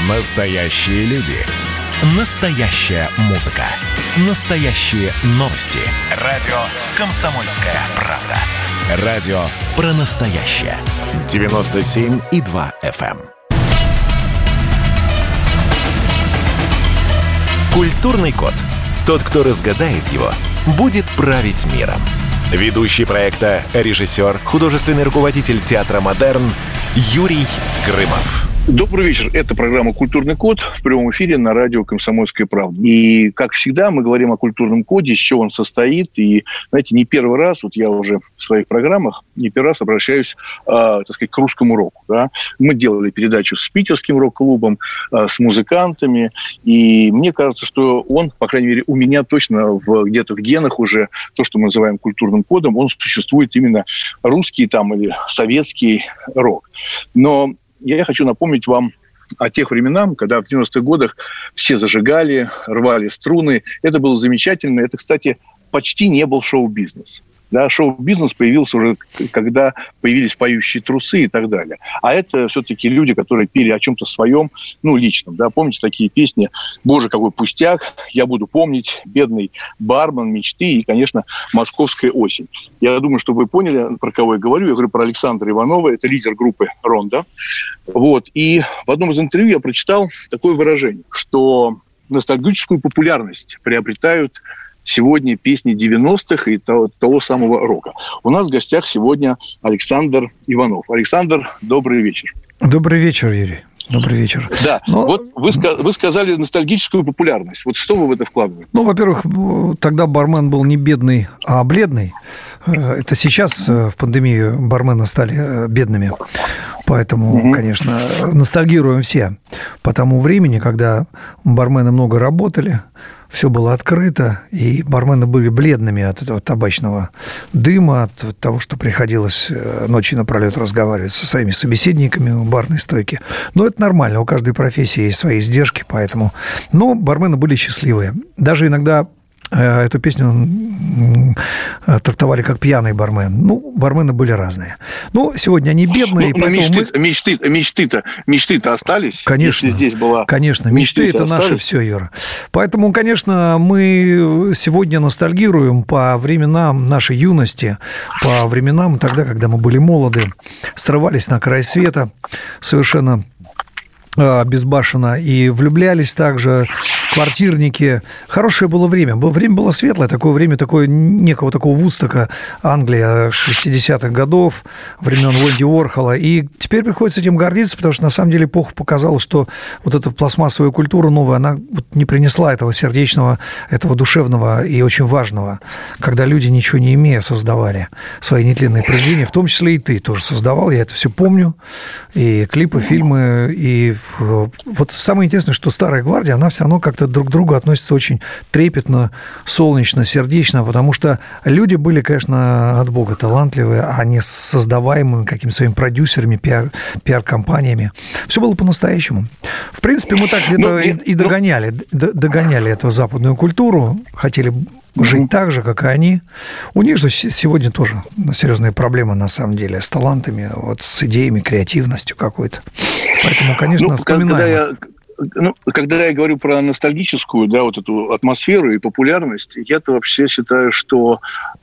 Настоящие люди. Настоящая музыка. Настоящие новости. Радио «Комсомольская правда». Радио про настоящее. 97,2 FM. Культурный код. Тот, кто разгадает его, будет править миром. Ведущий проекта, режиссер, художественный руководитель театра «Модерн» Юрий Грымов. Добрый вечер. Это программа «Культурный код» в прямом эфире на радио «Комсомольская правда». И, как всегда, мы говорим о культурном коде, из чего он состоит. И, знаете, не первый раз, вот я уже в своих программах, не первый раз обращаюсь, так сказать, к русскому року. Да? Мы делали передачу с питерским рок-клубом, с музыкантами. И мне кажется, что он, по крайней мере, у меня точно где-то в генах уже, то, что мы называем культурным кодом, он существует именно русский там, или советский рок. Но я хочу напомнить вам о тех временах, когда в 90-х годах все зажигали, рвали струны. Это было замечательно. Это, кстати, почти не был шоу-бизнес. Да, шоу-бизнес появился уже, когда появились поющие трусы и так далее. А это все-таки люди, которые пели о чем-то своем, личном. Да? Помните такие песни «Боже, какой пустяк», «Я буду помнить», «Бедный бармен», «Мечты» и, конечно, «Московская осень». Я думаю, что вы поняли, про кого я говорю. Я говорю про Александра Иванова, это лидер группы «Рондо». Вот. И в одном из интервью я прочитал такое выражение, что ностальгическую популярность приобретают сегодня песни 90-х и того самого рока. У нас в гостях сегодня Александр Иванов. Александр, добрый вечер. Добрый вечер, Юрий. Добрый вечер. Да, вот вы сказали ностальгическую популярность. Вот что вы в это вкладываете? Во-первых, тогда бармен был не бедный, а бледный. Это сейчас в пандемию бармены стали бедными. Поэтому, конечно, ностальгируем все по тому времени, когда бармены много работали, все было открыто, и бармены были бледными от этого табачного дыма, от того, что приходилось ночи напролет разговаривать со своими собеседниками у барной стойки. Но это нормально, у каждой профессии есть свои издержки, поэтому... Но бармены были счастливые. Даже иногда эту песню трактовали как «Пьяный бармен». Бармены были разные. Сегодня они бедные. Но мечты-то остались? Конечно. Если здесь была... Конечно, мечты – это наше все, Юра. Поэтому, конечно, мы сегодня ностальгируем по временам нашей юности, по временам тогда, когда мы были молоды, срывались на край света совершенно безбашенно и влюблялись также, квартирники. Хорошее было время. Время было светлое, такое время, некого такого Вудстока, Англия 60-х годов, времен Энди Уорхола. И теперь приходится этим гордиться, потому что, на самом деле, эпоха показала, что вот эта пластмассовая культура новая, она не принесла этого сердечного, этого душевного и очень важного, когда люди, ничего не имея, создавали свои нетленные произведения, в том числе и ты тоже создавал, я это все помню, и клипы, фильмы, и вот самое интересное, что старая гвардия, она все равно как-то друг к другу относится очень трепетно, солнечно, сердечно, потому что люди были, конечно, от Бога талантливые, а не создаваемыми какими-то своими продюсерами, пиар-компаниями. Все было по-настоящему. В принципе, мы так где-то и догоняли эту западную культуру, хотели жить так же, как и они. У них же сегодня тоже серьезные проблемы, на самом деле, с талантами, с идеями, креативностью какой-то. Поэтому, конечно, вспоминаем. Когда я говорю про ностальгическую, эту атмосферу и популярность, я-то вообще считаю, что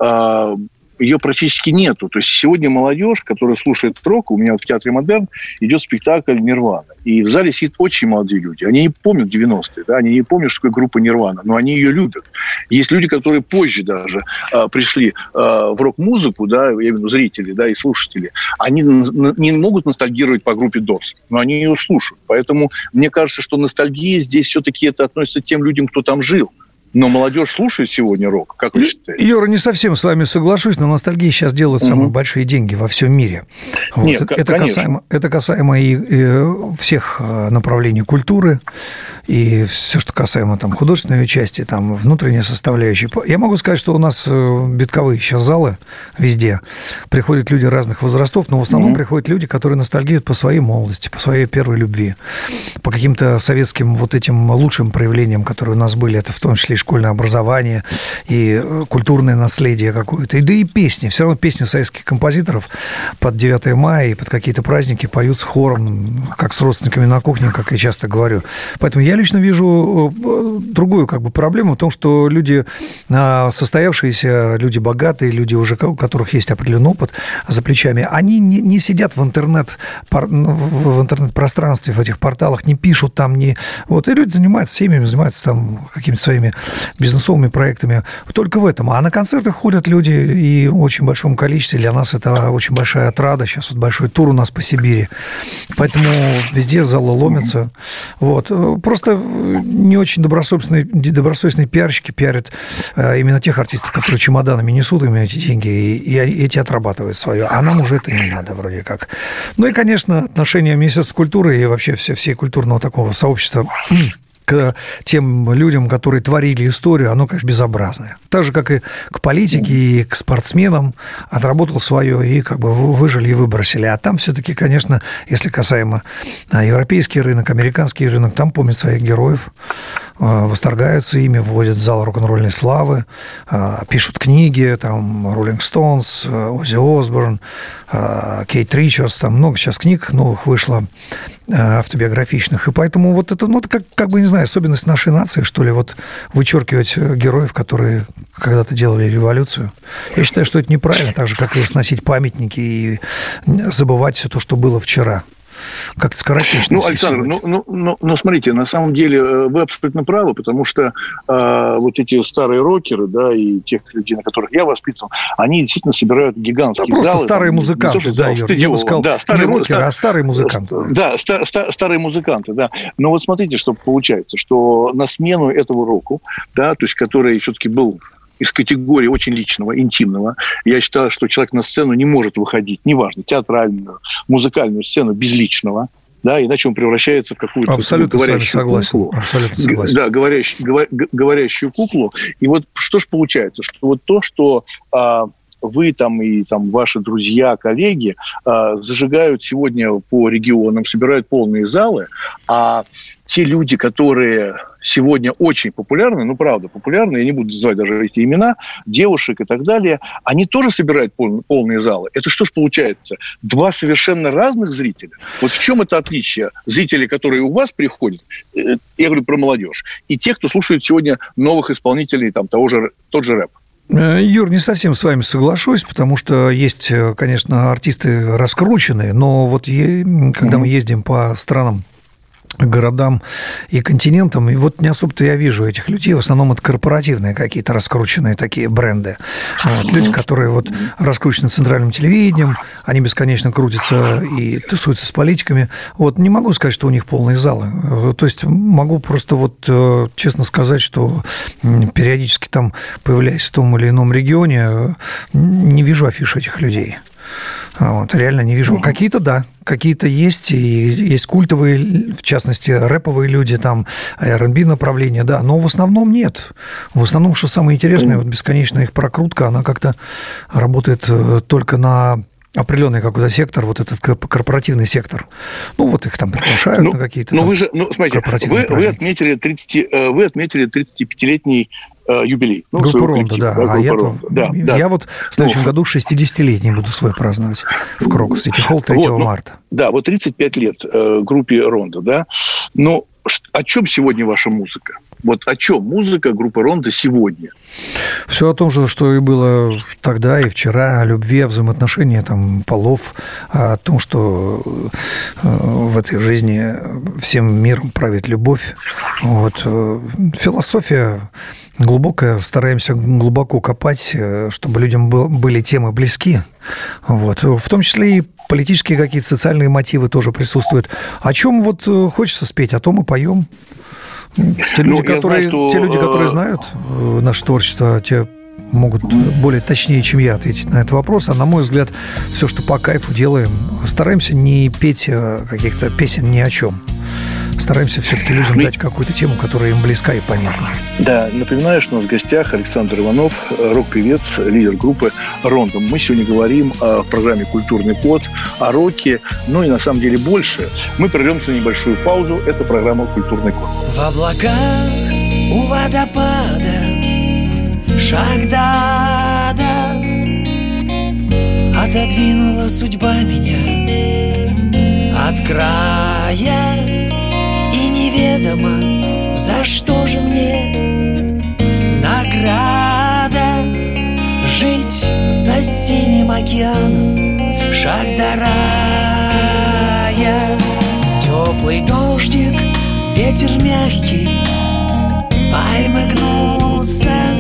ее практически нету. То есть сегодня молодежь, которая слушает рок, у меня в театре «Модерн» идет спектакль «Нирвана». И в зале сидят очень молодые люди. Они не помнят 90-е, они не помнят, что такое группа «Нирвана», но они ее любят. Есть люди, которые позже даже пришли в рок-музыку, я имею в виду зрители, и слушатели. Они не могут ностальгировать по группе Doors, но они ее слушают. Поэтому мне кажется, что ностальгия здесь все-таки это относится к тем людям, кто там жил. Но молодежь слушает сегодня рок, как вы считаете? Юра, не совсем с вами соглашусь, но ностальгия сейчас делает самые большие деньги во всем мире. Нет, это касаемо и всех направлений культуры, и все, что касаемо художественной части, внутренней составляющей. Я могу сказать, что у нас битковые сейчас залы везде. Приходят люди разных возрастов, но в основном приходят люди, которые ностальгируют по своей молодости, по своей первой любви, по каким-то советским этим лучшим проявлениям, которые у нас были. Это в том числе и школьное образование, и культурное наследие какое-то. Да и песни. Все равно песни советских композиторов под 9 мая и под какие-то праздники поются хором, как с родственниками на кухне, как я часто говорю. Поэтому я лично вижу другую проблему в том, что люди состоявшиеся, люди богатые, люди, уже у которых есть определенный опыт за плечами, они не сидят в интернет-пространстве, в этих порталах, не пишут там, и люди занимаются семьями, занимаются там какими-то своими бизнесовыми проектами. Только в этом. А на концертах ходят люди и в очень большом количестве. Для нас это очень большая отрада. Сейчас большой тур у нас по Сибири. Поэтому везде залы ломятся. Просто не очень добросовестные пиарщики пиарят именно тех артистов, которые чемоданами несут им эти деньги, и эти отрабатывают свое. А нам уже это не надо вроде как. Ну и, конечно, отношение Министерства культуры и вообще всей культурного такого сообщества к тем людям, которые творили историю, оно, конечно, безобразное. Так же, как и к политике, и к спортсменам отработал свое, и выжили и выбросили. А там все-таки, конечно, если касаемо европейский рынок, американский рынок, там помнят своих героев, восторгаются ими, вводят в зал рок-н-ролльной славы, пишут книги, там, Rolling Stones, Оззи Осборн, Кейт Ричардс, там много сейчас книг новых вышло, автобиографичных. И поэтому это не знаю, особенность нашей нации, что ли, вычеркивать героев, которые когда-то делали революцию. Я считаю, что это неправильно, так же, как и сносить памятники и забывать все то, что было вчера. Как-то скоротечно. Александр, смотрите, на самом деле вы абсолютно правы, потому что эти старые рокеры, да, и тех людей, на которых я воспитан, они действительно собирают гигантские залы. Просто старые музыканты, да, Юр, я бы сказал, не рокеры, а старые музыканты. Да, старые музыканты, да. Но смотрите, что получается, что на смену этому року, да, то есть который все-таки был из категории очень личного, интимного. Я считаю, что человек на сцену не может выходить, неважно, театральную, музыкальную сцену без личного, да, иначе он превращается в какую-то говорящую куклу. Абсолютно согласен. Да, говорящую куклу. И что ж получается, что то, что вы там и ваши друзья, коллеги зажигают сегодня по регионам, собирают полные залы, а те люди, которые сегодня очень популярны, правда популярны, я не буду называть даже эти имена, девушек и так далее, они тоже собирают полные залы. Это что ж получается? Два совершенно разных зрителя? В чем это отличие? Зрители, которые у вас приходят, я говорю про молодежь, и те, кто слушает сегодня новых исполнителей, тот же рэп. Юр, не совсем с вами соглашусь, потому что есть, конечно, артисты раскрученные, но когда мы ездим по странам, городам и континентам, и не особо-то я вижу этих людей, в основном это корпоративные какие-то раскрученные такие бренды. Люди, которые раскручены центральным телевидением, они бесконечно крутятся и тусуются с политиками. Не могу сказать, что у них полные залы. То есть могу просто честно сказать, что периодически там, появляясь в том или ином регионе, не вижу афиш этих людей. Реально не вижу. Какие-то, да, какие-то есть, и есть культовые, в частности, рэповые люди, там, R&B направления, да, но в основном нет. В основном, что самое интересное, бесконечная их прокрутка, она как-то работает только на определенный какой-то сектор, этот корпоративный сектор. Их там приглашают на какие-то смотрите, вы отметили 35-летний юбилей. Группа «Рондо», да. Я в следующем году 60-летний буду свой праздновать в Крокус-Сити Холл 3 марта. Да, 35 лет группе «Рондо», да. Но о чем сегодня ваша музыка? О чем музыка группы «Рондо» сегодня? Все о том же, что и было тогда и вчера, о любви, о взаимоотношении полов, о том, что в этой жизни всем миром правит любовь. Философия глубокая, стараемся глубоко копать, чтобы людям были темы близки. В том числе и политические какие-то социальные мотивы тоже присутствуют. О чем хочется спеть, о том и поем. Те люди, которые знают наше творчество, те могут более точнее, чем я, ответить на этот вопрос. А на мой взгляд, все, что по кайфу делаем, стараемся не петь каких-то песен ни о чем. Стараемся все-таки людям дать какую-то тему, которая им близка и понятна. Да, напоминаю, что у нас в гостях Александр Иванов, рок-певец, лидер группы «Рондо». Мы сегодня говорим в программе «Культурный код» о роке, и на самом деле больше. Мы прервемся на небольшую паузу. Это программа «Культурный код». В облаках у водопада, шаг до ада. Отодвинула судьба меня от края, и неведомо, за что же мне награда. Жить за синим океаном, шаг до рая. Теплый дождик, ветер мягкий, пальмы гнутся.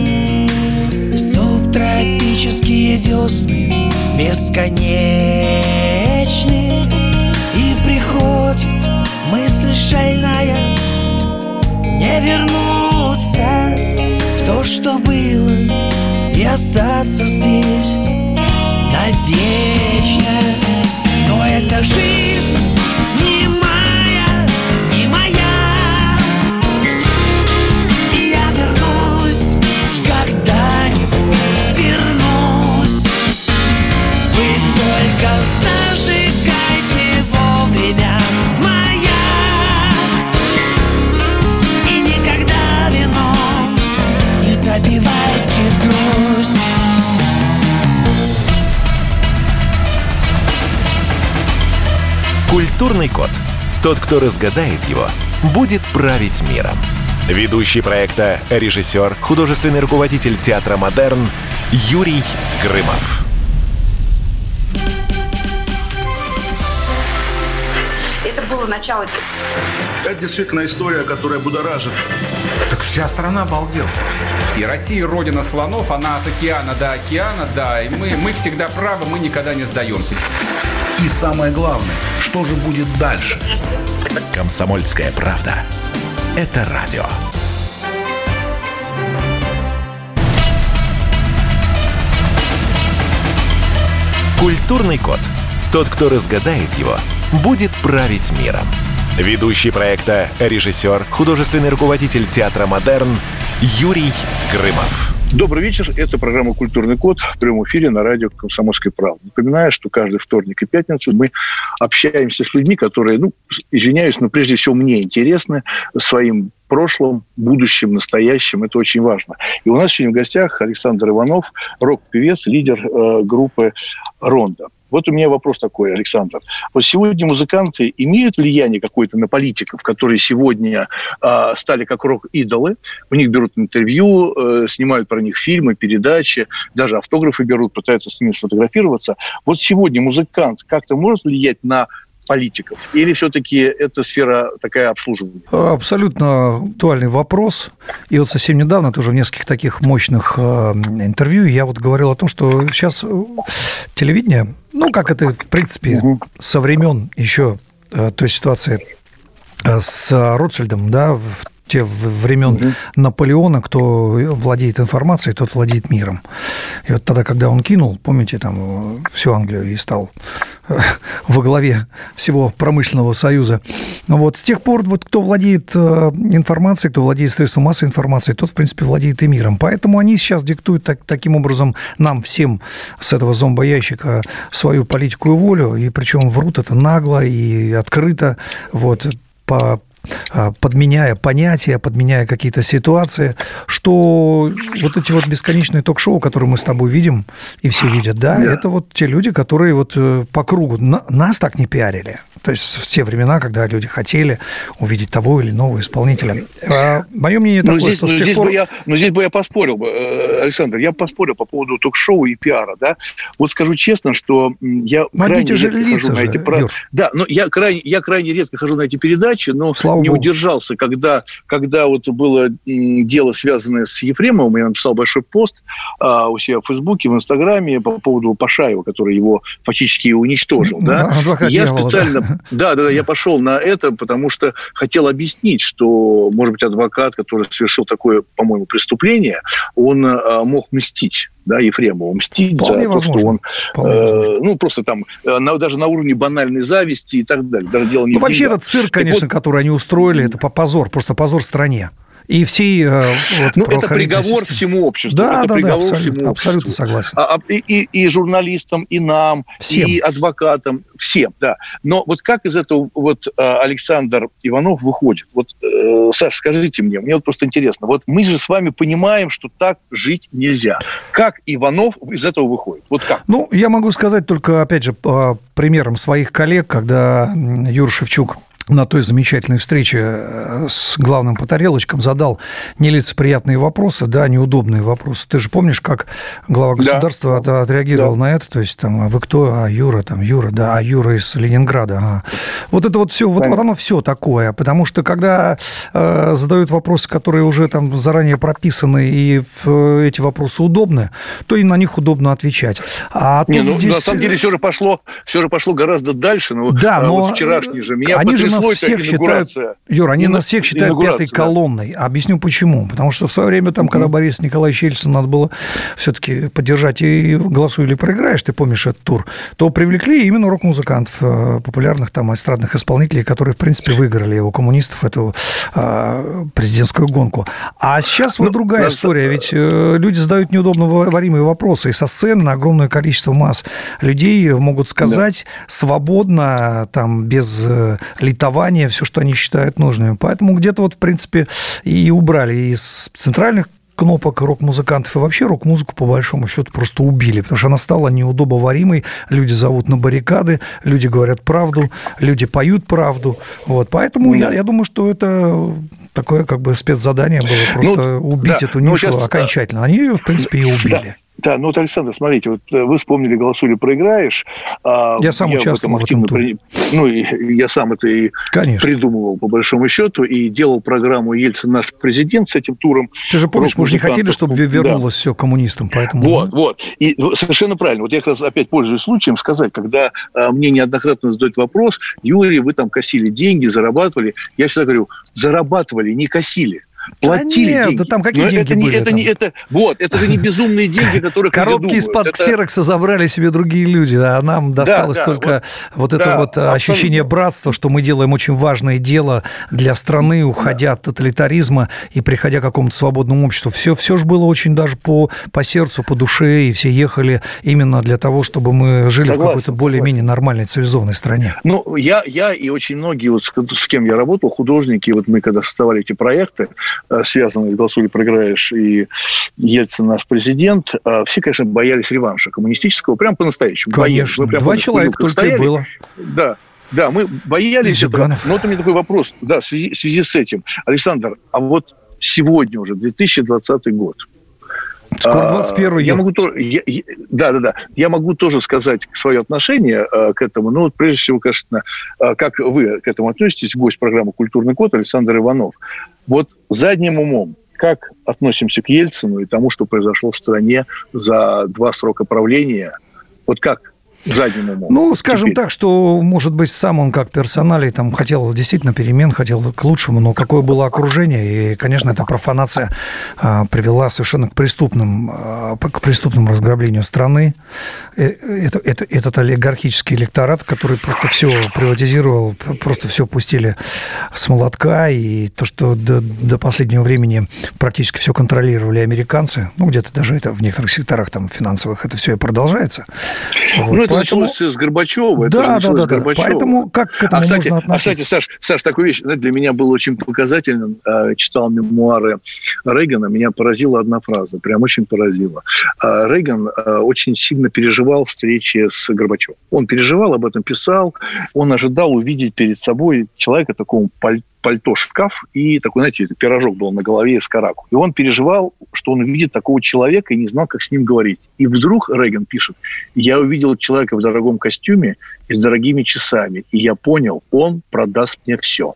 Субтропические весны бесконечны. И приходит мысль шальная: не вернуться в то, что было, и остаться здесь навечно. Но эта жизнь не моя, не моя. И я вернусь, когда-нибудь вернусь. Вы только зажигайте вовремя маяк, и никогда вином не забивайте грусть. Культурный код. Тот, кто разгадает его, будет править миром. Ведущий проекта, режиссер, художественный руководитель театра «Модерн» Юрий Грымов. Это было начало. Это действительно история, которая будоражит. Так вся страна обалдела. И Россия родина слонов, она от океана до океана, да. И мы всегда правы, мы никогда не сдаемся. И самое главное, что же будет дальше? «Комсомольская правда». Это радио. Культурный код. Тот, кто разгадает его, будет править миром. Ведущий проекта, режиссер, художественный руководитель театра «Модерн» Юрий Грымов. Добрый вечер. Это программа «Культурный код» в прямом эфире на радио «Комсомольская правда». Напоминаю, что каждый вторник и пятницу мы общаемся с людьми, которые, извиняюсь, но прежде всего мне интересны своим прошлым, будущим, настоящим. Это очень важно. И у нас сегодня в гостях Александр Иванов, рок-певец, лидер группы «Рондо». Вот у меня вопрос такой, Александр. Вот сегодня музыканты имеют влияние какое-то на политиков, которые сегодня стали как рок-идолы? У них берут интервью, снимают про них фильмы, передачи, даже автографы берут, пытаются с ними сфотографироваться. Вот сегодня музыкант как-то может влиять на политиков? Или все-таки эта сфера такая обслуживания? Абсолютно актуальный вопрос. И вот совсем недавно, тоже в нескольких таких мощных интервью, я вот говорил о том, что сейчас телевидение, как это, в принципе, со времен еще той ситуации с Ротшильдом, да, в те времен Наполеона, кто владеет информацией, тот владеет миром. И вот тогда, когда он кинул, помните, там всю Англию и стал во главе всего промышленного союза. Но вот с тех пор, вот кто владеет информацией, кто владеет средством массовой информации, тот, в принципе, владеет и миром. Поэтому они сейчас диктуют таким образом нам всем с этого зомбоящика свою политику и волю, и причем врут это нагло и открыто, вот, подменяя понятия, подменяя какие-то ситуации, что вот эти вот бесконечные ток-шоу, которые мы с тобой видим, и все видят, да, это вот те люди, которые вот по кругу нас так не пиарили. То есть в те времена, когда люди хотели увидеть того или иного исполнителя. Мое мнение такое, что с тех пор... Здесь бы я поспорил, Александр, я поспорил по поводу ток-шоу и пиара, да. Вот скажу честно, что я крайне редко хожу на эти... Да, но я крайне редко хожу на эти передачи, но не удержался, когда вот было дело, связанное с Ефремовым, я написал большой пост у себя в Фейсбуке, в Инстаграме по поводу Пашаева, который его фактически уничтожил. Да? Я специально... Да, я пошел на это, потому что хотел объяснить, что, может быть, адвокат, который совершил такое, по-моему, преступление, он мог мстить. Да, Ефремову мстить вполне за возможно. То, что он просто там даже на уровне банальной зависти и так далее. Даже дело не вообще этот цирк, конечно, который они устроили, это позор, просто позор стране. И всей это приговор всему обществу. Да, это приговор абсолютно, всему обществу. Абсолютно согласен. И журналистам, и нам, всем. И адвокатам, всем, да. Но вот как из этого Александр Иванов выходит? Саш, скажите мне вот просто интересно. Вот мы же с вами понимаем, что так жить нельзя. Как Иванов из этого выходит? Вот как? Ну, я могу сказать только, опять же, примером своих коллег, когда Юра Шевчук на той замечательной встрече с главным по тарелочкам задал нелицеприятные вопросы, да, неудобные вопросы. Ты же помнишь, как глава государства отреагировал на это? То есть, там, а вы кто? А Юра, да, а Юра из Ленинграда. Ага. Вот это вот все, вот оно все такое. Потому что, когда задают вопросы, которые уже там заранее прописаны, и эти вопросы удобны, то и на них удобно отвечать. А тут здесь... На самом деле, все же пошло гораздо дальше. Да, но вот вчерашний же меня они же нас всех считают, Юр, они нас всех считают пятой колонной. Объясню почему. Потому что в свое время, там, когда Борис Николаевич Ельцин надо было все-таки поддержать и «Голосуй или проиграешь», ты помнишь этот тур, то привлекли именно рок-музыкантов, популярных там эстрадных исполнителей, которые, в принципе, выиграли у коммунистов эту президентскую гонку. А сейчас вот другая история. Ведь люди задают неудобно варимые вопросы. И со сцены огромное количество масс людей могут сказать свободно, там, без литования, все, что они считают нужным. Поэтому где-то вот, в принципе, и убрали из центральных кнопок рок-музыкантов, и вообще рок-музыку, по большому счету, просто убили, потому что она стала неудобоваримой, люди зовут на баррикады, люди говорят правду, люди поют правду. Вот. Поэтому я думаю, что это такое как бы спецзадание было, просто убить эту нишу окончательно. Они ее, в принципе, и убили. Да, ну вот, Александр, смотрите, вот вы вспомнили «Голосуй или проиграешь». Я сам участвовал в этом туре. Ну, я сам это и придумывал, по большому счету, и делал программу «Ельцин наш президент» с этим туром. Ты же помнишь, мы же не хотели, чтобы вернулось все коммунистам, поэтому... Вот. И совершенно правильно. Вот я как раз опять пользуюсь случаем сказать, когда мне неоднократно задают вопрос: Юрий, вы там косили деньги, зарабатывали. Я всегда говорю: зарабатывали, не косили. Платили деньги. Да там какие деньги были? Это же не безумные деньги, которые... Коробки из-под ксерокса забрали себе другие люди, а нам досталось только ощущение братства, что мы делаем очень важное дело для страны, уходя от тоталитаризма и приходя к какому-то свободному обществу. Все же было очень даже по сердцу, по душе, и все ехали именно для того, чтобы мы жили в какой-то более-менее нормальной, цивилизованной стране. Ну, я и очень многие, вот с кем я работал, художники, вот мы когда создавали эти проекты, связанные с «Голосуй или проиграешь» и «Ельцин наш президент», все, конечно, боялись реванша коммунистического, прям по-настоящему. Конечно, два человека только и было. Да, мы боялись этого. Но вот у меня такой вопрос, в связи с этим. Александр, а вот сегодня уже 2020 год. Скоро 21-й. Я могу тоже сказать свое отношение к этому. Ну, вот прежде всего, конечно, как вы к этому относитесь, гость программы «Культурный код» Александр Иванов. Вот задним умом, как относимся к Ельцину и тому, что произошло в стране за 2 срока правления? Вот как? Задним умом. Ну, скажем так, что, может быть, сам он как персоналий там хотел действительно перемен, хотел к лучшему, но какое было окружение, и, конечно, эта профанация привела совершенно к преступному разграблению страны. Этот олигархический электорат, который просто все приватизировал, просто все пустили с молотка, и то, что до последнего времени практически все контролировали американцы, ну, где-то даже это в некоторых секторах там финансовых это все и продолжается. Вот. Началось с Горбачева. Да. Поэтому как к этому можно относиться? Кстати, Саш, такую вещь, для меня было очень показательным. Читал мемуары Рейгана, меня поразила одна фраза, прям очень поразила. Рейган очень сильно переживал встречи с Горбачевым. Он переживал, об этом писал, он ожидал увидеть перед собой человека такого пальто-шкаф, и такой, знаете, пирожок был на голове из караку. И он переживал, что он увидит такого человека и не знал, как с ним говорить. И вдруг Рейган пишет: я увидел человека в дорогом костюме и с дорогими часами, и я понял, он продаст мне все.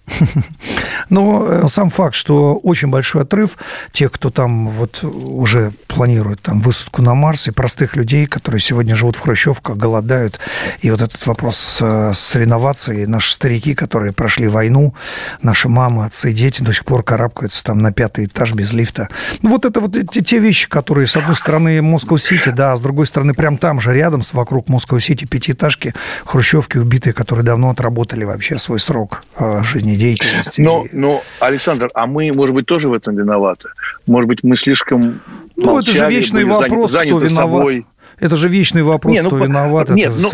Но сам факт, что очень большой отрыв тех, кто там вот уже планирует там высадку на Марс, и простых людей, которые сегодня живут в хрущевках, голодают, и вот этот вопрос с реновацией, наши старики, которые прошли войну, наши мамы, отцы, дети до сих пор карабкаются там на 5-й этаж без лифта. Ну, вот это вот те вещи, которые, с одной стороны, Москва-Сити, да, а с другой стороны, прям там же, рядом, вокруг Москва-Сити, пятиэтажки, хрущевки убитые, которые давно отработали вообще свой срок жизнедеятельности. Но, Александр, а мы, может быть, тоже в этом виноваты? Может быть, мы слишком молчали, это же вечный вопрос, кто виноват. Собой. Это же вечный вопрос, кто виноват.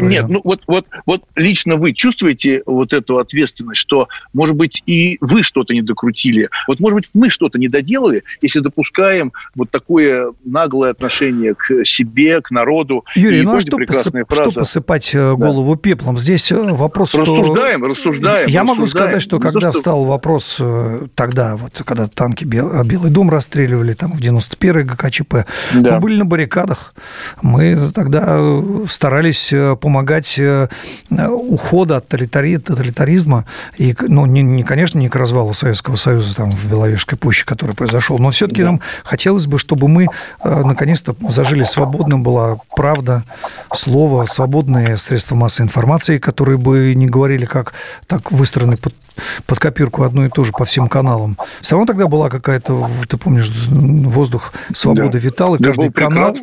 Вот лично вы чувствуете вот эту ответственность, что, может быть, и вы что-то не докрутили? Вот, может быть, мы что-то не доделали, если допускаем вот такое наглое отношение к себе, к народу. Юрий, а что посыпать голову пеплом? Здесь вопрос, Рассуждаем. Я могу сказать, что когда встал вопрос тогда, вот когда танки Белый дом расстреливали, там в 91-й ГКЧП, мы были на баррикадах, мы тогда старались помогать уходу от тоталитаризма, и, конечно, не к развалу Советского Союза там, в Беловежской пуще, который произошел, но все-таки нам хотелось бы, чтобы мы наконец-то зажили свободным, была правда, слово, свободные средства массовой информации, которые бы не говорили, как так выстроены под копирку одно и то же по всем каналам. Все равно тогда была какая-то, ты помнишь, воздух свободы витал, и каждый канал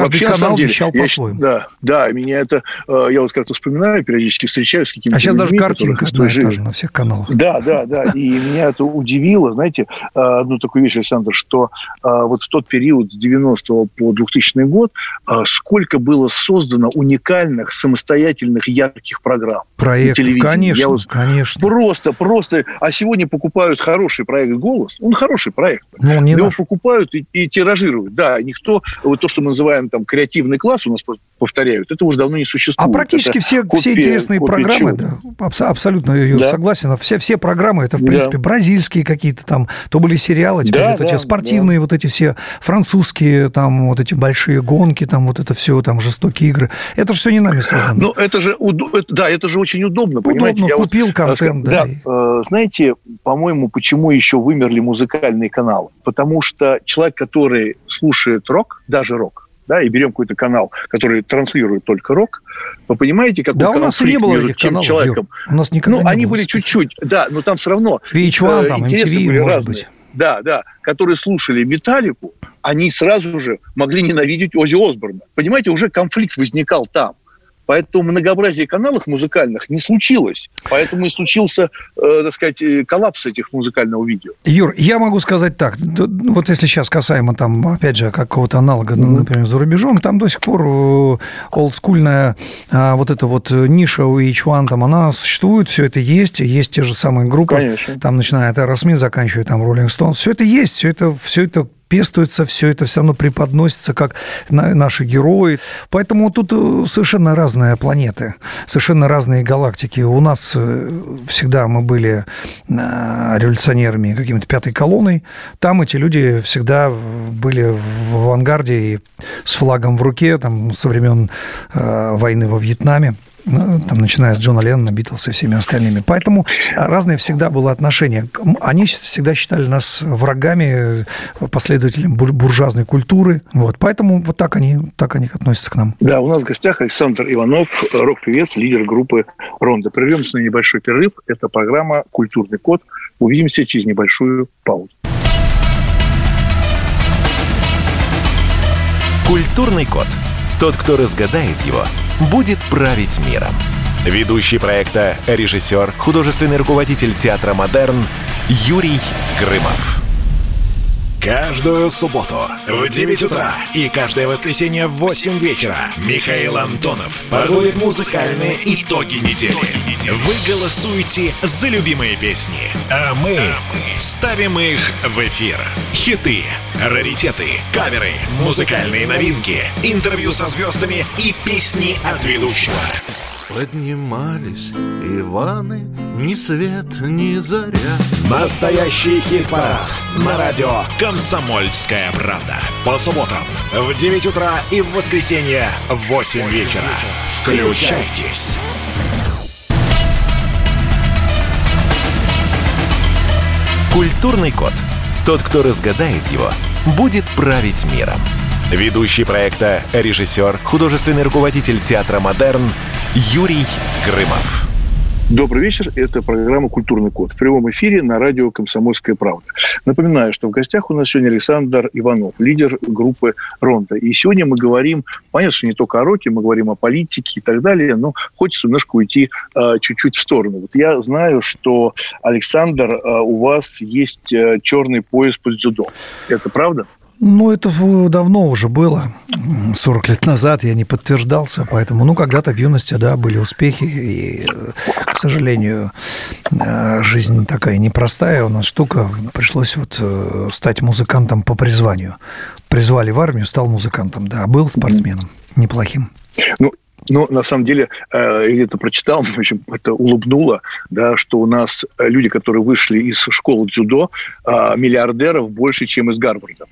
вещал по-своему. Меня это... Я вот как-то вспоминаю, периодически встречаюсь с какими-то сейчас даже картинка одна и та же на всех каналах. Да. И меня это удивило. Знаете, одну такую вещь, Александр, что вот в тот период с 90 по 2000 год сколько было создано уникальных, самостоятельных, ярких программ. Проектов, конечно. Просто. А сегодня покупают хороший проект «Голос». Он хороший проект. Его покупают и тиражируют. Да, никто... Вот то, что мы называем там креативный класс, у нас повторяют, это уже давно не существует. А практически все интересные программы, абсолютно, я согласен, все программы, это, в принципе, бразильские какие-то там, то были сериалы, теперь эти спортивные, вот эти все французские, там, вот эти большие гонки, там, вот это все, там, жестокие игры. Это же все не нами создано. Ну, это же очень удобно, понимаете? Я купил контент, знаете, по-моему, почему еще вымерли музыкальные каналы? Потому что человек, который слушает рок, даже рок, и берем какой-то канал, который транслирует только рок, вы понимаете, какой конфликт у нас не было между тем человеком? У нас никогда не было. Они были чуть-чуть, но там все равно VH1, там, интересы MTV, были может разные. быть. Да, которые слушали «Металлику», они сразу же могли ненавидеть Оззи Осборна. Понимаете, уже конфликт возникал там. Поэтому многообразие каналов музыкальных не случилось. Поэтому и случился, так сказать, коллапс этих музыкального видео. Юр, я могу сказать так. Вот если сейчас касаемо, там, опять же, какого-то аналога, например, за рубежом, там до сих пор олдскульная вот эта вот ниша у VH1, там, она существует, все это есть те же самые группы. Конечно. Там, начиная от Aerosmith, заканчивая там Rolling Stones. Все это есть, все это пестуется, все это все равно преподносится как наши герои. Поэтому тут совершенно разные планеты, совершенно разные галактики. У нас всегда мы были революционерами, какими-то пятой колонной. Там эти люди всегда были в авангарде и с флагом в руке, там, со времен войны во Вьетнаме. Там, начиная с Джона Леннона, Битлса и всеми остальными. Поэтому разное всегда было отношение. Они всегда считали нас врагами, последователями буржуазной культуры. Вот. Поэтому вот так они относятся к нам. Да, у нас в гостях Александр Иванов, рок-певец, лидер группы «Рондо». Прервемся на небольшой перерыв. Это программа «Культурный код». Увидимся через небольшую паузу. «Культурный код». Тот, кто разгадает его, будет править миром. Ведущий проекта, режиссер, художественный руководитель театра «Модерн» Юрий Грымов. Каждую субботу в 9 утра и каждое воскресенье в 8 вечера Михаил Антонов подводит музыкальные итоги недели. Вы голосуете за любимые песни, а мы ставим их в эфир. Хиты, раритеты, каверы, музыкальные новинки, интервью со звездами и песни от ведущего. Поднимались Иваны, ни свет, ни заря. Настоящий хит-парад на радио «Комсомольская правда». По субботам в 9 утра и в воскресенье в 8 вечера. Включайтесь. Культурный код. Тот, кто разгадает его, будет править миром. Ведущий проекта, режиссер, художественный руководитель театра «Модерн» Юрий Грымов. Добрый вечер. Это программа «Культурный код» в прямом эфире на радио «Комсомольская правда». Напоминаю, что в гостях у нас сегодня Александр Иванов, лидер группы «Ронда». И сегодня мы говорим, понятно, что не только о роке, мы говорим о политике и так далее, но хочется немножко уйти чуть-чуть в сторону. Вот я знаю, что, Александр, у вас есть черный пояс по дзюдо. Это правда? Ну, это давно уже было, 40 лет назад, я не подтверждался, поэтому, когда-то в юности, да, были успехи, и, к сожалению, жизнь такая непростая у нас штука, пришлось стать музыкантом по призванию. Призвали в армию, стал музыкантом, да, был спортсменом неплохим. Но на самом деле, я где-то прочитал, в общем, это улыбнуло, да, что у нас люди, которые вышли из школы дзюдо, миллиардеров больше, чем из Гарварда.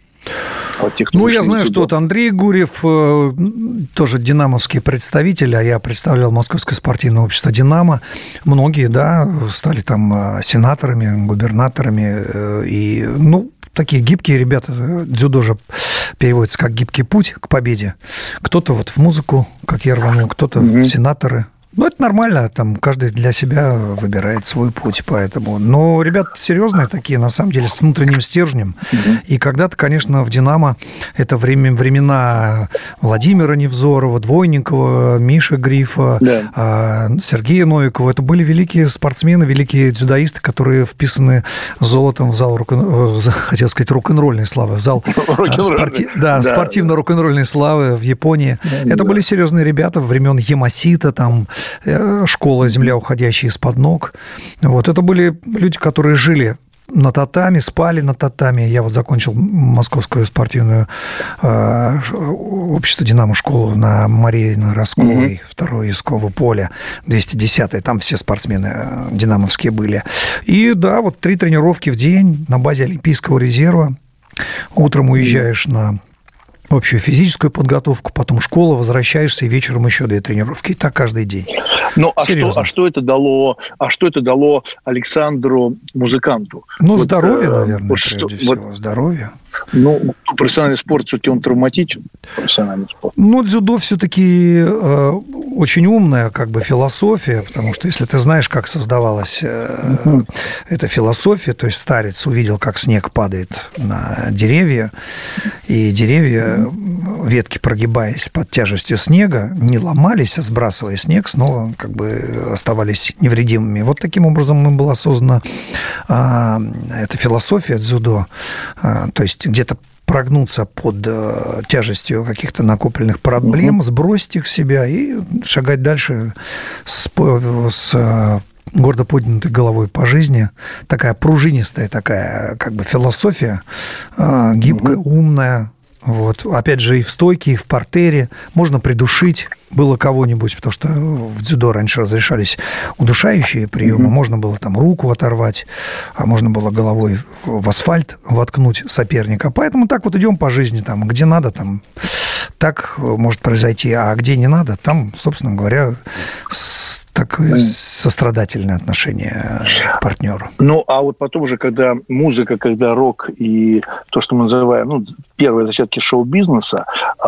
Я знаю, что Андрей Гурьев, тоже динамовский представитель, а я представлял Московское спортивное общество «Динамо». Многие, да, стали там сенаторами, губернаторами. И, такие гибкие ребята. Дзюдо же переводится как «гибкий путь к победе». Кто-то в музыку, как я рванул, кто-то в сенаторы. Это нормально, там каждый для себя выбирает свой путь, поэтому. Но ребята серьезные такие, на самом деле, с внутренним стержнем. И когда-то, конечно, в «Динамо» это времена Владимира Невзорова, Двойникова, Миши Грифа, Сергея Новикова. Это были великие спортсмены, великие дзюдоисты, которые вписаны золотом в зал рок-н-ролльной славы, в зал спортивно-рок-н-ролльной славы в Японии. Это были серьезные ребята времен Ямасита, там, школа «Земля, уходящая из-под ног». Это были люди, которые жили на татами, спали на татами. Я закончил Московское спортивное общество «Динамо» школу на Марии Росковой, 2-й Исково поле, 210-й. Там все спортсмены динамовские были. И 3 тренировки в день на базе Олимпийского резерва. Утром уезжаешь на общую физическую подготовку, потом школа, возвращаешься, и вечером еще 2 тренировки. И так каждый день. Что это дало Александру, музыканту? Здоровье, наверное, прежде всего. Здоровье. Профессиональный спорт, все-таки он травматичен, профессиональный спорт. Дзюдо все-таки очень умная философия, потому что если ты знаешь, как создавалась эта философия, то есть старец увидел, как снег падает на деревья, и деревья, ветки прогибаясь под тяжестью снега, не ломались, а сбрасывая снег, снова оставались невредимыми. Таким образом была создана эта философия дзюдо, то есть где-то прогнуться под тяжестью каких-то накопленных проблем, сбросить их с себя и шагать дальше с гордо поднятой головой по жизни. Такая пружинистая философия, гибкая, умная. Опять же, и в стойке, и в партере можно придушить было кого-нибудь, потому что в дзюдо раньше разрешались удушающие приемы, можно было руку оторвать, а можно было головой в асфальт воткнуть соперника. Поэтому так идем по жизни, где надо, так может произойти, а где не надо, там, собственно говоря, такое сострадательное отношение к партнеру. Потом уже, когда музыка, когда рок и то, что мы называем, первые зачатки шоу-бизнеса,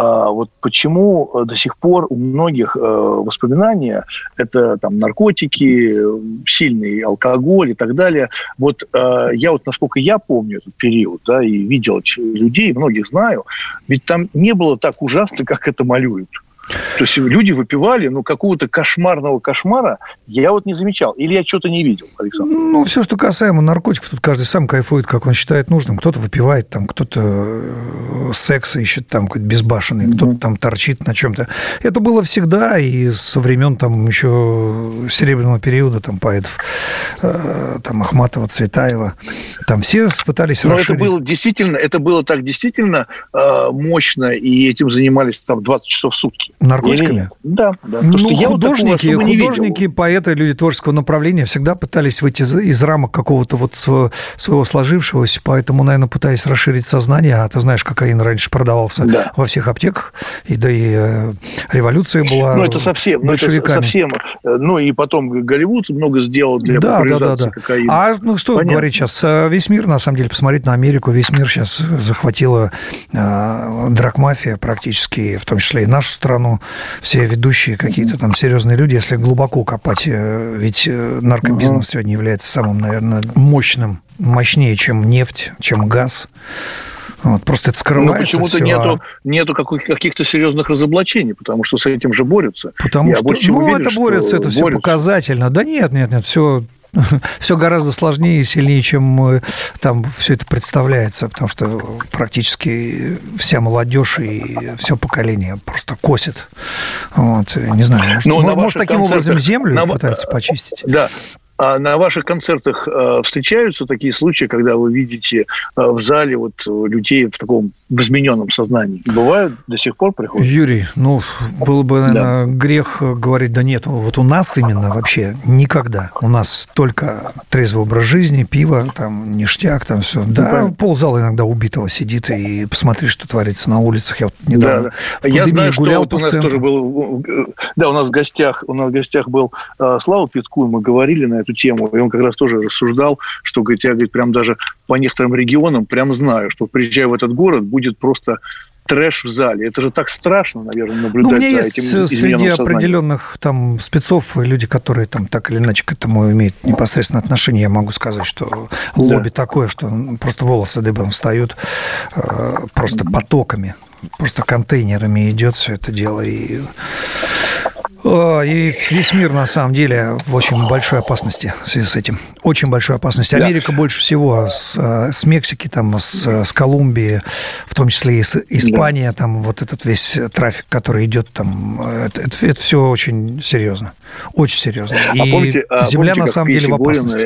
почему до сих пор у многих воспоминания это наркотики, сильный алкоголь и так далее. Я насколько я помню этот период, и видел людей, многих знаю, ведь там не было так ужасно, как это малюют. То есть люди выпивали, какого-то кошмарного кошмара я не замечал. Или я что-то не видел, Александр? Все, что касаемо наркотиков, тут каждый сам кайфует, как он считает нужным. Кто-то выпивает, кто-то секса ищет, какой-то безбашенный, кто-то торчит на чем-то. Это было всегда, и со времен еще серебряного периода, поэтов Ахматова, Цветаева. Все пытались расширить. Это было так действительно мощно, и этим занимались 20 часов в сутки. Наркотиками? Да. Художники, поэты, люди творческого направления всегда пытались выйти из рамок какого-то своего сложившегося, поэтому, наверное, пытаясь расширить сознание. А ты знаешь, кокаин раньше продавался во всех аптеках, и революция была большевиками. И потом Голливуд много сделал для популяризации кокаина. Что говорить сейчас? Весь мир, на самом деле, посмотреть на Америку, весь мир сейчас захватила драг-мафия практически, в том числе и нашу страну. по-моему, все ведущие какие-то там серьезные люди, если глубоко копать. Ведь наркобизнес сегодня является самым, наверное, мощнее, чем нефть, чем газ. Вот, просто это скрывается. Но почему-то нету каких-то серьезных разоблачений, потому что с этим же борются. Потому что, уверен, это борются, это все показательно. Да нет, все гораздо сложнее и сильнее, чем там все это представляется, потому что практически вся молодежь и все поколение просто косит. Вот, не знаю, может таким образом землю пытаются почистить. Да. А на ваших концертах встречаются такие случаи, когда вы видите в зале вот людей в таком измененном сознании? Бывают, до сих пор приходят? Юрий, было бы, наверное, грех говорить, да нет, вот у нас именно вообще никогда. У нас только трезвый образ жизни, пиво, там, ништяк, там все. Да, ползала иногда убитого сидит, и посмотри, что творится на улицах. Я вот недавно я знаю, что вот у нас тоже был... Да, у нас в гостях был Слава Петкун, мы говорили на эту тему, и он как раз тоже рассуждал, что, говорит, я, говорит, прям даже по некоторым регионам прям знаю, что приезжая в этот город, будет просто трэш в зале. Это же так страшно, наверное, наблюдать за этим измененным среди сознанием. Определенных там спецов, люди, которые там так или иначе к этому имеют непосредственное отношение, я могу сказать, что лобби такое, что просто волосы дыбом встают просто потоками, просто контейнерами идет все это дело, и весь мир, на самом деле, в очень большой опасности в связи с этим. Очень большой опасности. Америка больше всего с Мексики, там, с Колумбии, в том числе и с Испании, там, вот этот весь трафик, который идет там, это все очень серьезно. Очень серьезно. И земля, на самом деле, в опасности.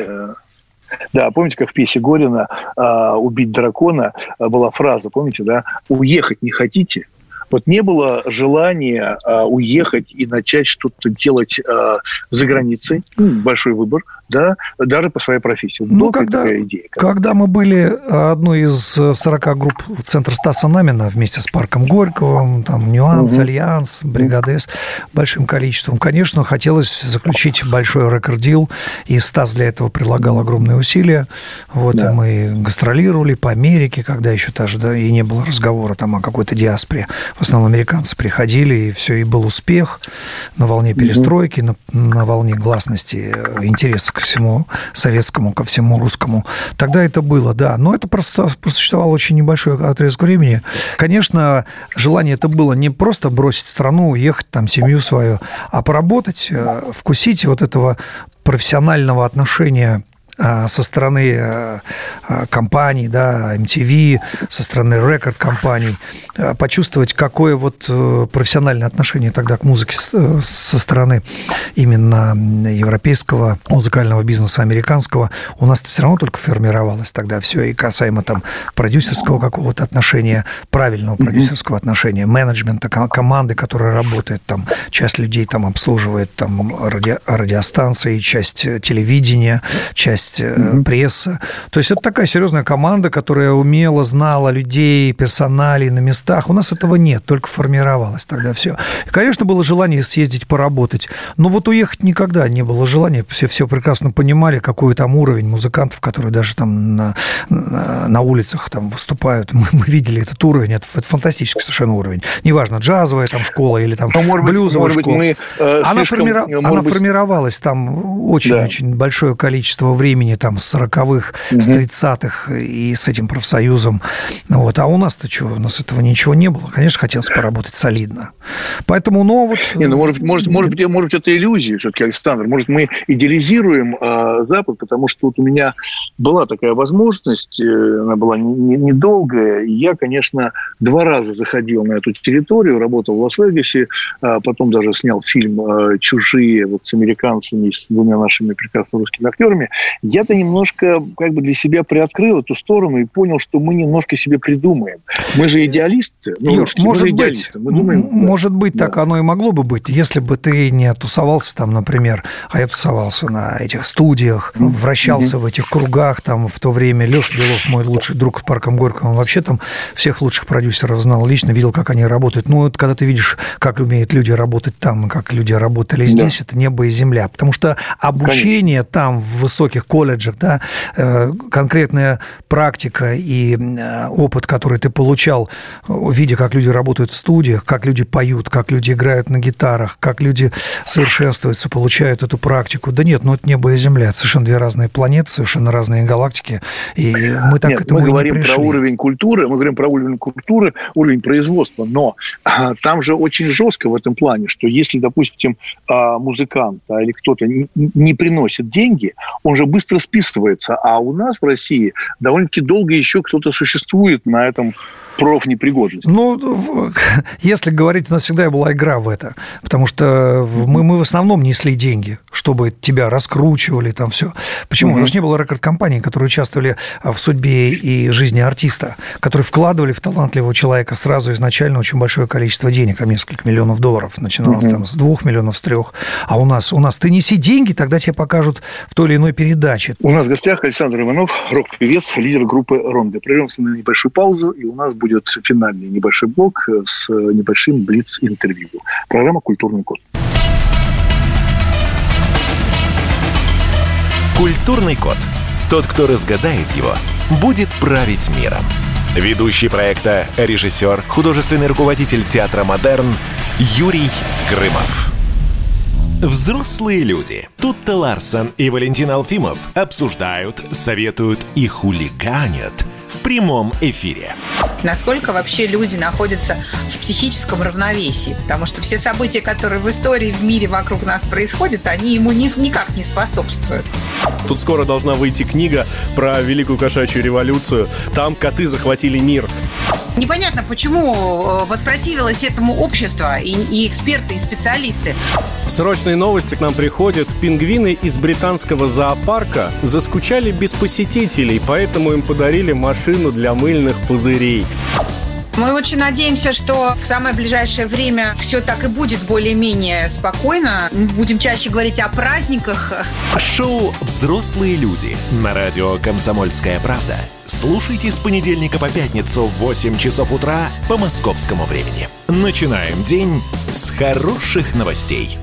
Да, помните, как в пьесе Горина «Убить дракона» была фраза, помните, да? «Уехать не хотите?» Вот не было желания уехать и начать что-то делать за границей. Большой выбор, да, даже по своей профессии. Такая идея. Когда мы были одной из 40 групп центра Стаса Намина вместе с парком Горького, там «Нюанс», «Альянс», «Бригада С», большим количеством, конечно, хотелось заключить большой рекорд-дил, и Стас для этого прилагал огромные усилия. Вот, и мы гастролировали по Америке, когда еще даже и не было разговора там о какой-то диаспоре. В основном американцы приходили, и все, и был успех на волне перестройки, на волне гласности, интереса ко всему советскому, ко всему русскому. Тогда это было, да. Но это просто существовал очень небольшой отрезок времени. Конечно, желание это было не просто бросить страну, уехать, там, семью свою, а поработать, вкусить вот этого профессионального отношения со стороны компаний, да, MTV, со стороны рекорд-компаний, почувствовать, какое вот профессиональное отношение тогда к музыке со стороны именно европейского музыкального бизнеса, американского. У нас все равно только формировалось тогда все, и касаемо там продюсерского какого-то отношения, правильного продюсерского отношения, менеджмента, команды, которая работает, там, часть людей там обслуживает там радиостанции, часть телевидения, часть пресса. То есть это такая серьезная команда, которая умело знала людей, персоналей на местах. У нас этого нет, только формировалось тогда все. И, конечно, было желание съездить поработать, но вот уехать никогда не было желания. Все прекрасно понимали, какой там уровень музыкантов, которые даже там на улицах там выступают. Мы видели этот уровень, это фантастический совершенно уровень. Неважно, джазовая там школа или там блюзовая школа. Она формировалась там очень большое количество времени, там, с 40-х, с 30-х, и с этим профсоюзом. Вот. А у нас-то что? У нас этого ничего не было. Конечно, хотелось поработать солидно. Поэтому, может, это иллюзия все-таки, Александр. Может, мы идеализируем Запад, потому что вот у меня была такая возможность, она была недолгая, и я, конечно, 2 раза заходил на эту территорию, работал в Лас-Вегасе, потом даже снял фильм «Чужие» вот с американцами, с 2 нашими прекрасными русскими актерами. Я-то немножко как бы для себя приоткрыл эту сторону и понял, что мы немножко себе придумаем. Мы же идеалисты. Юр, может быть, так оно и могло бы быть, если бы ты не тусовался там, например, а я тусовался на этих студиях, вращался в этих кругах, там в то время Леша Белов, мой лучший друг в парком Горького, он вообще там всех лучших продюсеров знал лично, видел, как они работают. Ну, вот когда ты видишь, как умеют люди работать там, как люди работали здесь, это небо и земля. Потому что обучение там в высоких колледжах, да, конкретная практика и опыт, который ты получал, видя, как люди работают в студиях, как люди поют, как люди играют на гитарах, как люди совершенствуются, получают эту практику. Да нет, это небо и земля. Это совершенно две разные планеты, совершенно разные галактики. И мы так к этому мы и говорим не пришли. Про уровень культуры, мы говорим про уровень культуры, уровень производства, но там же очень жестко в этом плане, что если, допустим, музыкант или кто-то не приносит деньги, он же быстро списывается, а у нас в России довольно-таки долго еще кто-то существует на этом профнепригодность. Ну, если говорить, у нас всегда была игра в это, потому что мы в основном несли деньги, чтобы тебя раскручивали, там все. Почему? У нас не было рекорд-компаний, которые участвовали в судьбе и жизни артиста, которые вкладывали в талантливого человека сразу изначально очень большое количество денег, там несколько миллионов долларов, начиналось там с 2 миллионов, с 3. А у нас ты неси деньги, тогда тебе покажут в той или иной передаче. У нас в гостях Александр Иванов, рок-певец, лидер группы «Ронда». Прервемся на небольшую паузу, и у нас будет финальный небольшой блок с небольшим блиц-интервью. Программа «Культурный код». Культурный код. Тот, кто разгадает его, будет править миром. Ведущий проекта, режиссер, художественный руководитель театра «Модерн» Юрий Грымов. Взрослые люди. Тутта Ларсон и Валентин Алфимов обсуждают, советуют и хулиганят в прямом эфире. Насколько вообще люди находятся в психическом равновесии? Потому что все события, которые в истории, в мире вокруг нас происходят, они ему никак не способствуют. Тут скоро должна выйти книга про Великую кошачью революцию. Там коты захватили мир. Непонятно, почему воспротивилось этому общество и эксперты, и специалисты. Срочные новости к нам приходят. Пингвины из британского зоопарка заскучали без посетителей, поэтому им подарили машину для мыльных пузырей. Мы очень надеемся, что в самое ближайшее время все так и будет более-менее спокойно. Мы будем чаще говорить о праздниках. Шоу «Взрослые люди» на радио «Комсомольская правда». Слушайте с понедельника по пятницу в 8 часов утра по московскому времени. Начинаем день с хороших новостей.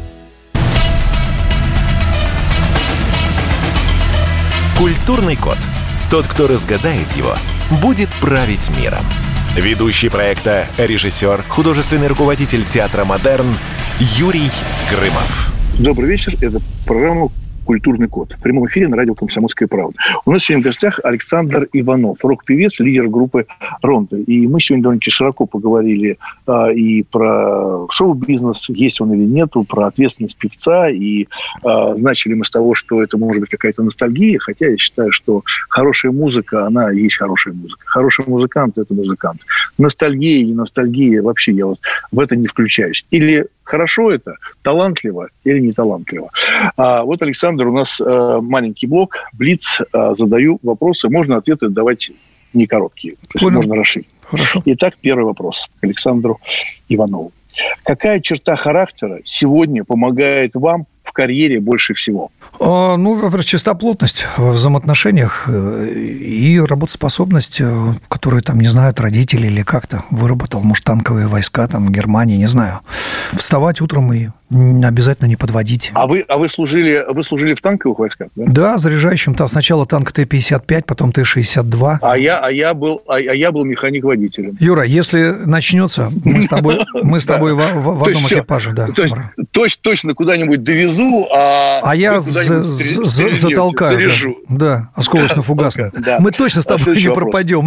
Культурный код. Тот, кто разгадает его, будет править миром. Ведущий проекта, режиссер, художественный руководитель театра «Модерн» Юрий Грымов. Добрый вечер. Это программа «Культурный код». В прямом эфире на радио «Комсомольская правда». У нас сегодня в гостях Александр Иванов, рок-певец, лидер группы «Ронда». И мы сегодня довольно-таки широко поговорили и про шоу-бизнес, есть он или нету, про ответственность певца. И начали мы с того, что это может быть какая-то ностальгия, хотя я считаю, что хорошая музыка, она и есть хорошая музыка. Хороший музыкант – это музыкант. Ностальгия, не ностальгия, вообще я вот в это не включаюсь. Или хорошо это, талантливо или не талантливо. Вот, Александр, у нас маленький блок, блиц, задаю вопросы. Можно ответы давать не короткие, то есть можно расширить. Хорошо. Итак, первый вопрос к Александру Иванову. Какая черта характера сегодня помогает вам в карьере больше всего? Ну, во-первых, чистоплотность во взаимоотношениях и работоспособность, которую, там, не знаю, от родителей или как-то выработал, может, танковые войска там в Германии, не знаю. Вставать утром и обязательно не подводить. А вы служили в танковых войсках, да? Да, заряжающим. Там сначала танк Т-55, потом Т-62. А я был механик-водителем. Юра, если начнется, мы с тобой в одном экипаже. Да. То есть точно куда-нибудь довезу, а я затолкаю. Заряжу. Да, осколочно-фугасно. Да. Мы точно с тобой не пропадем.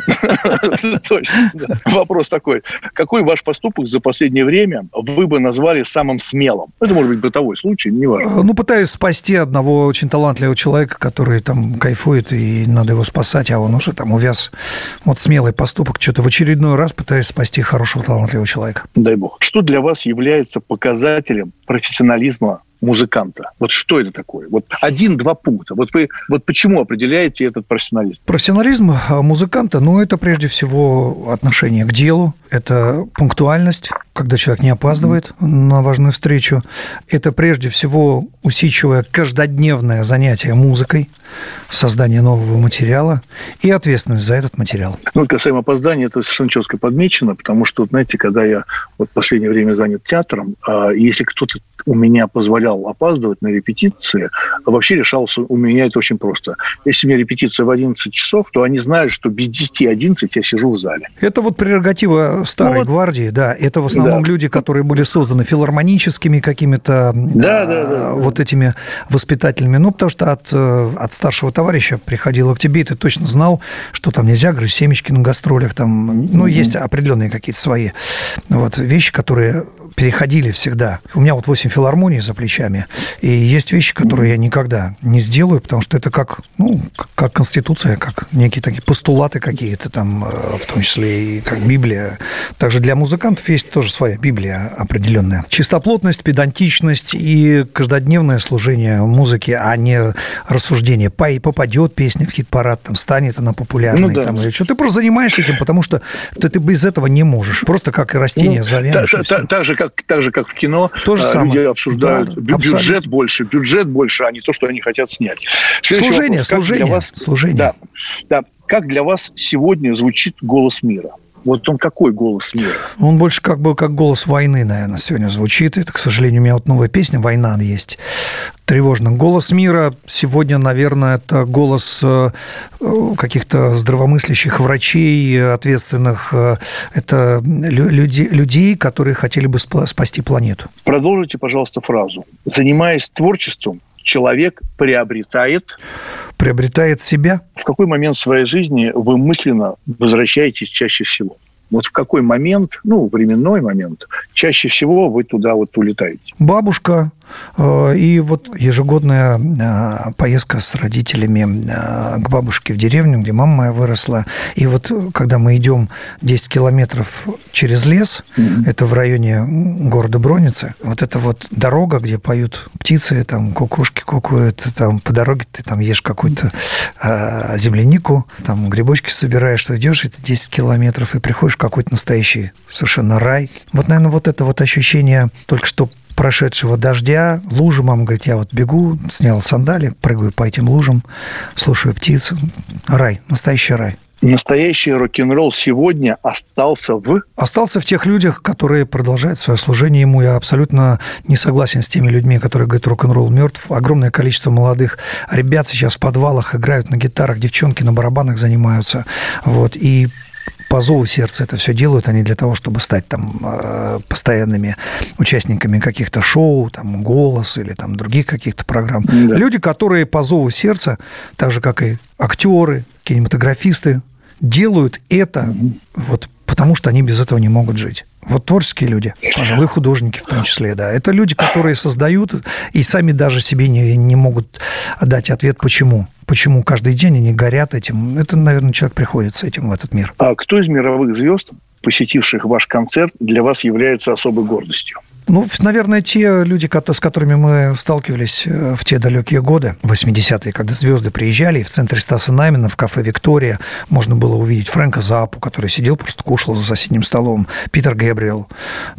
Точно. Вопрос такой. Какой ваш поступок за последнее время вы бы назвали самым смелым? Это может быть бытовой случай, неважно. Ну, пытаюсь спасти одного очень талантливого человека, который там кайфует, и надо его спасать, а он уже там увяз. Вот смелый поступок. Что-то в очередной раз пытаюсь спасти хорошего талантливого человека. Дай бог. Что для вас является показателем профессионализма музыканта? Вот что это такое? Вот 1-2 пункта. Вот вы почему определяете этот профессионализм? Профессионализм музыканта, это прежде всего отношение к делу, это пунктуальность, когда человек не опаздывает на важную встречу. Это прежде всего усидчивое каждодневное занятие музыкой, создание нового материала и ответственность за этот материал. Ну, касаемо опоздания, это совершенно четко подмечено, потому что, знаете, когда я вот в последнее время занят театром, если кто-то у меня позволял опаздывать на репетиции, вообще решался у меня это очень просто. Если у меня репетиция в 11 часов, то они знают, что без 10-11 я сижу в зале. Это вот прерогатива старой гвардии, да. Это в основном люди, которые были созданы филармоническими какими-то вот этими воспитателями. Ну, потому что от старшего товарища приходило к тебе, и ты точно знал, что там нельзя грызть семечки на гастролях. Там, ну, есть определенные какие-то свои вот вещи, которые переходили всегда. У меня вот 8 филармоний за плечами, и есть вещи, которые я никогда не сделаю, потому что это как конституция, как некие такие постулаты какие-то там, в том числе и как Библия. Также для музыкантов есть тоже своя Библия определенная. Чистоплотность, педантичность и каждодневное служение музыке, а не рассуждение. Попадет песня в хит-парад, там, станет она популярной. Там, или что. Ты просто занимаешься этим, потому что ты без этого не можешь. Просто как и растение завянешь. Так же, как в кино, люди обсуждают бюджет больше, а не то, что они хотят снять. Служение. Да. Как для вас сегодня звучит «Голос мира»? Вот он какой голос мира? Он больше как голос войны, наверное, сегодня звучит. Это, к сожалению, у меня вот новая песня «Война» есть. Тревожно. Голос мира сегодня, наверное, это голос каких-то здравомыслящих врачей, ответственных. Это людей, которые хотели бы спасти планету. Продолжите, пожалуйста, фразу. Занимаясь творчеством, человек приобретает себя. В какой момент в своей жизни вы мысленно возвращаетесь чаще всего? Вот в какой момент, временной момент, чаще всего вы туда вот улетаете? Бабушка. И вот ежегодная поездка с родителями к бабушке в деревню, где мама моя выросла. И вот когда мы идем 10 километров через лес, это в районе города Броницы, вот эта вот дорога, где поют птицы, там кукушки кукуют, там по дороге ты там ешь какую-то землянику, там грибочки собираешь, что идешь эти 10 километров и приходишь в какой-то настоящий совершенно рай. Вот, наверное, вот это вот ощущение только что прошедшего дождя, лужи, мама говорит, я вот бегу, снял сандали, прыгаю по этим лужам, слушаю птиц. Рай, настоящий рай. Настоящий рок-н-ролл сегодня остался в тех людях, которые продолжают свое служение ему. Я абсолютно не согласен с теми людьми, которые говорят, рок-н-ролл мертв. Огромное количество молодых ребят сейчас в подвалах играют на гитарах, девчонки на барабанах занимаются. Вот, и по зову сердца это все делают, они для того, чтобы стать там постоянными участниками каких-то шоу, там «Голос» или там других каких-то программ. Да. Люди, которые по зову сердца, так же, как и актеры, кинематографисты, делают это вот потому, что они без этого не могут жить. Вот творческие люди, пожалуй, художники в том числе, да. Это люди, которые создают и сами даже себе не могут дать ответ, почему. Почему каждый день они горят этим. Это, наверное, человек приходит с этим в этот мир. А кто из мировых звезд, посетивших ваш концерт, для вас является особой гордостью? Наверное, те люди, с которыми мы сталкивались в те далекие годы, 80-е, когда звезды приезжали, и в центре Стаса Намина, в кафе «Виктория» можно было увидеть Фрэнка Заппу, который сидел, просто кушал за соседним столом, Питер Гэбриэл.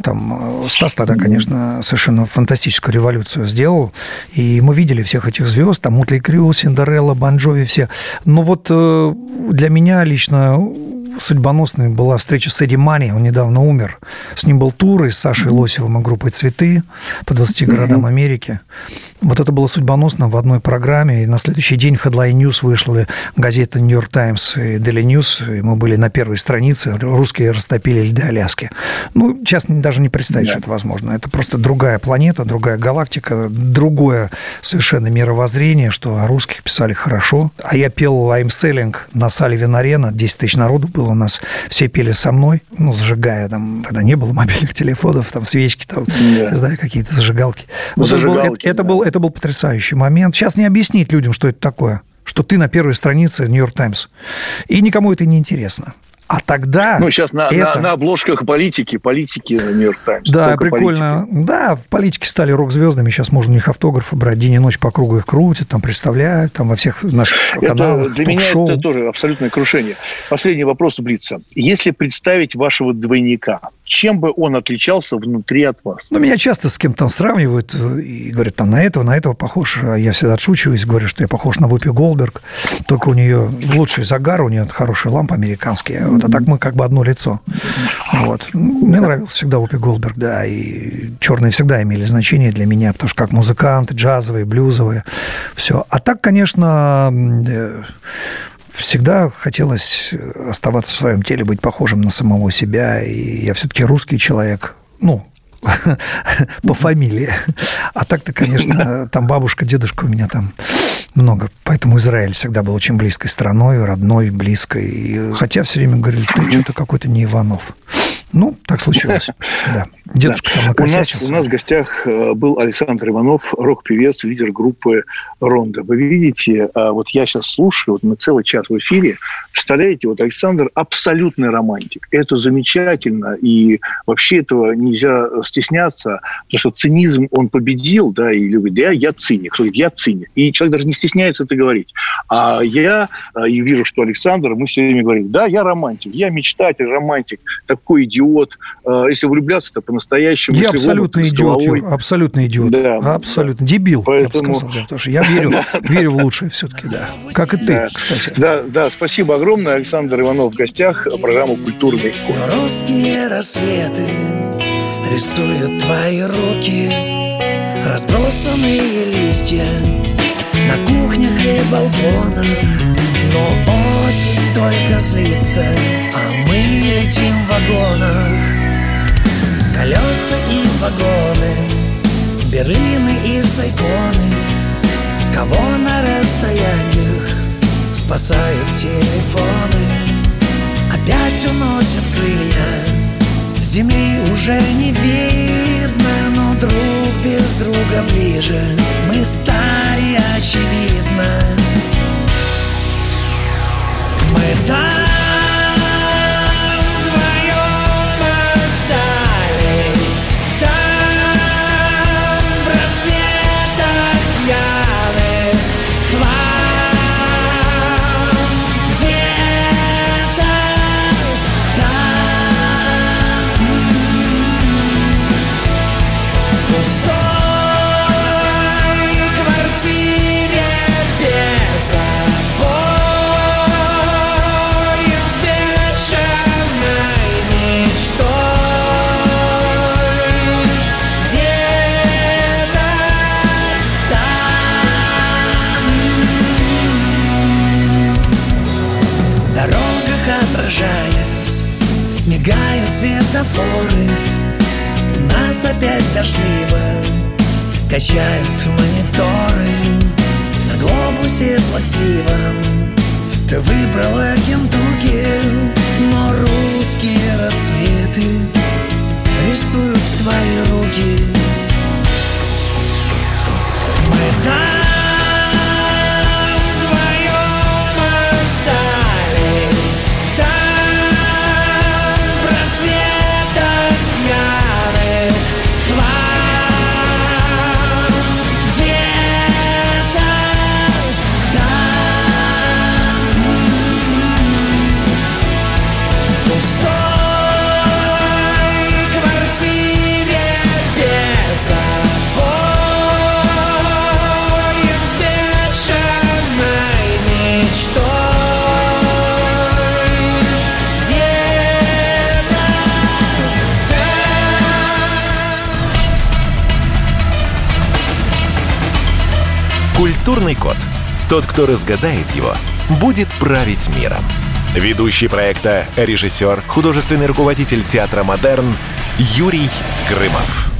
Там Стас тогда, конечно, совершенно фантастическую революцию сделал, и мы видели всех этих звезд, там Мотли Крю, Синдерелла, Бон Джови, все. Но вот для меня лично судьбоносной была встреча с Эдди Мани, он недавно умер. С ним был тур и с Сашей Лосевым и группой «Цветы» по 20 городам Америки. Вот это было судьбоносно в одной программе, и на следующий день в Headline News вышла газета New York Times и Daily News, и мы были на первой странице, русские растопили льды Аляски. Сейчас даже не представить, что это возможно. Это просто другая планета, другая галактика, другое совершенно мировоззрение, что о русских писали хорошо. А я пел I'm Selling на Салливан-Арена, 10 тысяч народу было у нас, все пели со мной, зажигая, там, тогда не было мобильных телефонов, там, свечки, там, не знаю, какие-то зажигалки. Это был потрясающий момент. Сейчас не объяснить людям, что это такое, что ты на первой странице Нью-Йорк Таймс. И никому это не интересно. А тогда... сейчас на обложках политики Нью-Йорк Таймс. Да, прикольно. Политики. Да, в политике стали рок-звездами. Сейчас можно у них автографы брать. День и ночь по кругу их крутят, там представляют, там во всех наших каналах. Для меня это тоже абсолютное крушение. Последний вопрос блица. Если представить вашего двойника, чем бы он отличался внутри от вас? Ну, меня часто с кем-то сравнивают и говорят, там, на этого похож. А я всегда отшучиваюсь, говорю, что я похож на Вупи Голдберг, только у нее лучший загар, у нее хорошие лампы американские. Вот, а так мы как бы одно лицо. Вот. Мне нравился всегда Вупи Голдберг, да, и черные всегда имели значение для меня, потому что как музыканты, джазовые, блюзовые, все. А так, конечно, всегда хотелось оставаться в своем теле, быть похожим на самого себя, и я все-таки русский человек, ну, по фамилии. А так-то, конечно, там бабушка, дедушка у меня там много. Поэтому Израиль всегда был очень близкой страной, родной, близкой. И хотя все время говорили, ты что-то какой-то не Иванов. Ну, так случилось. Да. Дедушка там накосячился. У нас в гостях был Александр Иванов, рок-певец, лидер группы «Рондо». Вы видите, вот я сейчас слушаю, вот мы целый час в эфире, представляете, вот Александр абсолютный романтик. Это замечательно, и вообще этого нельзя стесняться, потому что цинизм он победил, да, и люди говорят, я циник. Кто говорит, я циник. И человек даже не стесняется это говорить. А я и вижу, что Александр, мы все время говорим, да, я романтик, я мечтатель, романтик, такой идиот. Если влюбляться, то по-настоящему. Я абсолютно идиот, абсолютно идиот. Да, абсолютно. Дебил, поэтому... я бы сказал. Да, потому что я верю в лучшее все-таки, да. Как и ты, кстати. Да, спасибо огромное. Александр Иванов в гостях. Программа «Культурный код». Русские рассветы рисуют твои руки, разбросанные листья на кухнях и балконах. Но осень только злится, а мы летим в вагонах. Колеса и вагоны, Берлины и Сайгоны. Кого на расстояниях спасают телефоны. Опять уносят крылья, земли уже не видно. Но друг без друга ближе мы стали, очевидно. Мы там вдвоем остались, там в рассветах пьяных тварей. Где-то там в пустой квартире без обоев. Отражаясь, мигают светофоры. Нас опять дождливо качают мониторы. На глобусе плаксивом ты выбрала Кентукки, но русские рассветы рисуют твои руки. Мы там Культурный код. Тот, кто разгадает его, будет править миром. Ведущий проекта, режиссер, художественный руководитель театра «Модерн» Юрий Грымов.